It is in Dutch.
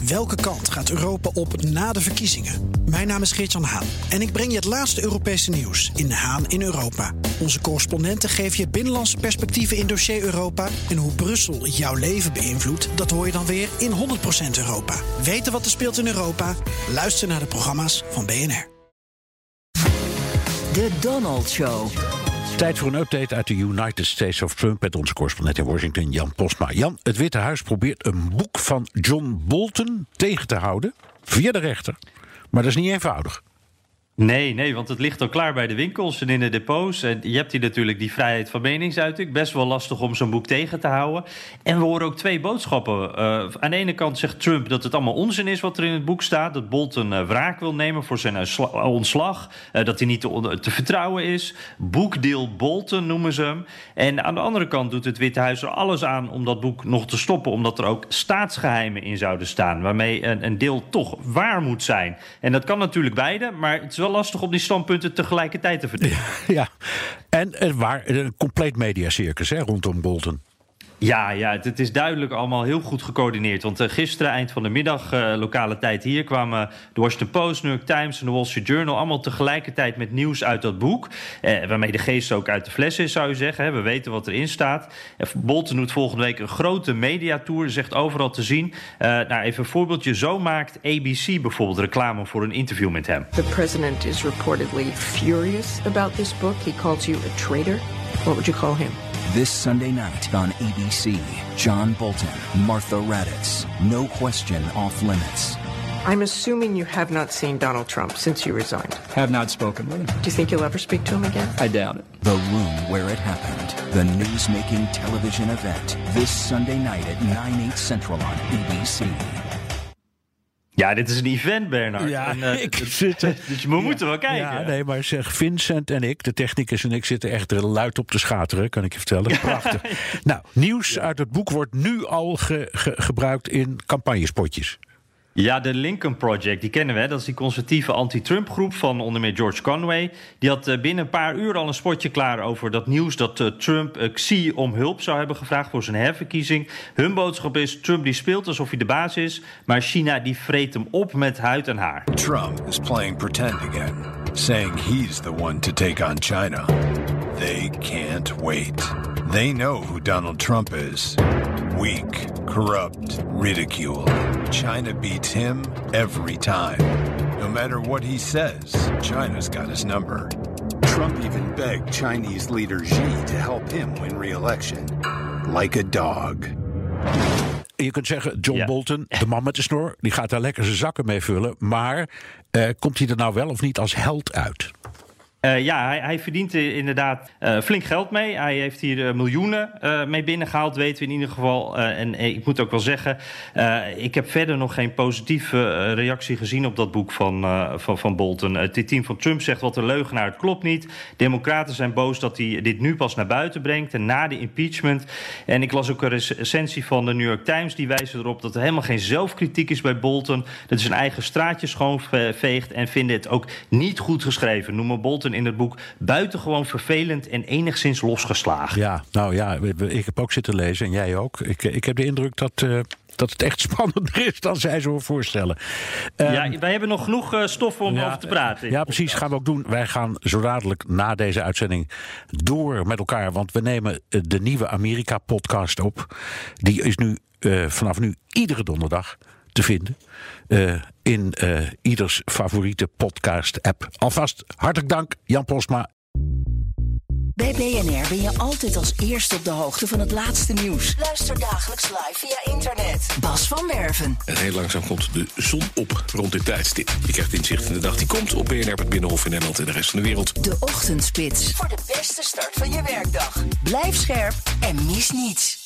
Welke kant gaat Europa op na de verkiezingen? Mijn naam is Geert-Jan Haan en ik breng je het laatste Europese nieuws in Haan in Europa. Onze correspondenten geven je binnenlandse perspectieven in dossier Europa. En hoe Brussel jouw leven beïnvloedt, dat hoor je dan weer in 100% Europa. Weten wat er speelt in Europa? Luister naar de programma's van BNR. De Donald Show. Tijd voor een update uit de United States of Trump met onze correspondent in Washington, Jan Postma. Jan, het Witte Huis probeert een boek van John Bolton tegen te houden via de rechter. Maar dat is niet eenvoudig. Nee, want het ligt al klaar bij de winkels en in de depots. En je hebt hier natuurlijk die vrijheid van meningsuiting. Best wel lastig om zo'n boek tegen te houden. En we horen ook twee boodschappen. Aan de ene kant zegt Trump dat het allemaal onzin is wat er in het boek staat. Dat Bolton wraak wil nemen voor zijn ontslag. Dat hij niet te vertrouwen is. Boekdeal Bolton noemen ze hem. En aan de andere kant doet het Witte Huis er alles aan om dat boek nog te stoppen. Omdat er ook staatsgeheimen in zouden staan. Waarmee een deel toch waar moet zijn. En dat kan natuurlijk beide, maar het is wel lastig om die standpunten tegelijkertijd te verdedigen. Ja. En een compleet mediacircus rondom Bolton. Ja, het is duidelijk allemaal heel goed gecoördineerd. Want gisteren, eind van de middag, lokale tijd hier, kwamen de Washington Post, New York Times en de Wall Street Journal allemaal tegelijkertijd met nieuws uit dat boek. Waarmee de geest ook uit de fles is, zou je zeggen. We weten wat erin staat. Bolton doet volgende week een grote mediatour, zegt overal te zien. Even een voorbeeldje. Zo maakt ABC bijvoorbeeld reclame voor een interview met hem. The president is reportedly furious about this book. He calls you a traitor. What would you call him? This Sunday night on ABC, John Bolton, Martha Raddatz, No Question Off Limits. I'm assuming you have not seen Donald Trump since you resigned. Have not spoken with him. Do you think you'll ever speak to him again? I doubt it. The room where it happened. The news-making television event. This Sunday night at 9/8 Central on ABC. Ja, dit is een event, Bernard. Ja, Dus we moeten wel kijken. Ja, nee, maar zeg, Vincent en ik, de technicus en ik, zitten echt er luid op te schateren, kan ik je vertellen. Prachtig. Nou, nieuws uit het boek wordt nu al gebruikt in campagnespotjes. Ja, de Lincoln Project, die kennen we. Dat is die conservatieve anti-Trump groep van onder meer George Conway. Die had binnen een paar uur al een spotje klaar over dat nieuws dat Trump Xi om hulp zou hebben gevraagd voor zijn herverkiezing. Hun boodschap is: Trump die speelt alsof hij de baas is, maar China die vreet hem op met huid en haar. Trump is playing pretend again, saying he's the one to take on China. They can't wait. They know who Donald Trump is. Weak, corrupt, ridicule. China beats him every time. No matter what he says, China's got his number. Trump even begged Chinese leader Xi to help him win re-election. Like a dog. Je kunt zeggen, John Bolton, de man met de snor, die gaat daar lekker zijn zakken mee vullen. Maar komt hij er nou wel of niet als held uit? Hij verdient inderdaad flink geld mee. Hij heeft hier miljoenen mee binnengehaald, weten we in ieder geval. En ik moet ook wel zeggen, ik heb verder nog geen positieve reactie gezien op dat boek van Bolton. Het team van Trump zegt wat een leugenaar, het klopt niet. Democraten zijn boos dat hij dit nu pas naar buiten brengt en na de impeachment. En ik las ook een recensie van de New York Times, die wijzen erop dat er helemaal geen zelfkritiek is bij Bolton. Dat hij zijn eigen straatje schoonveegt en vinden het ook niet goed geschreven. Noemen Bolton in het boek buitengewoon vervelend en enigszins losgeslagen. Ja, nou ja, ik heb ook zitten lezen en jij ook. Ik heb de indruk dat het echt spannender is dan zij zo voorstellen. Wij hebben nog genoeg stof om over te praten. Ja, precies, gaan we ook doen. Wij gaan zo dadelijk na deze uitzending door met elkaar, want we nemen de nieuwe Amerika-podcast op. Die is nu vanaf nu iedere donderdag te vinden in ieders favoriete podcast-app. Alvast hartelijk dank, Jan Postma. Bij BNR ben je altijd als eerste op de hoogte van het laatste nieuws. Luister dagelijks live via internet. Bas van Werven. En heel langzaam komt de zon op rond dit tijdstip. Je krijgt inzicht in de dag die komt op BNR, het Binnenhof in Nederland en de rest van de wereld. De Ochtendspits. Voor de beste start van je werkdag. Blijf scherp en mis niets.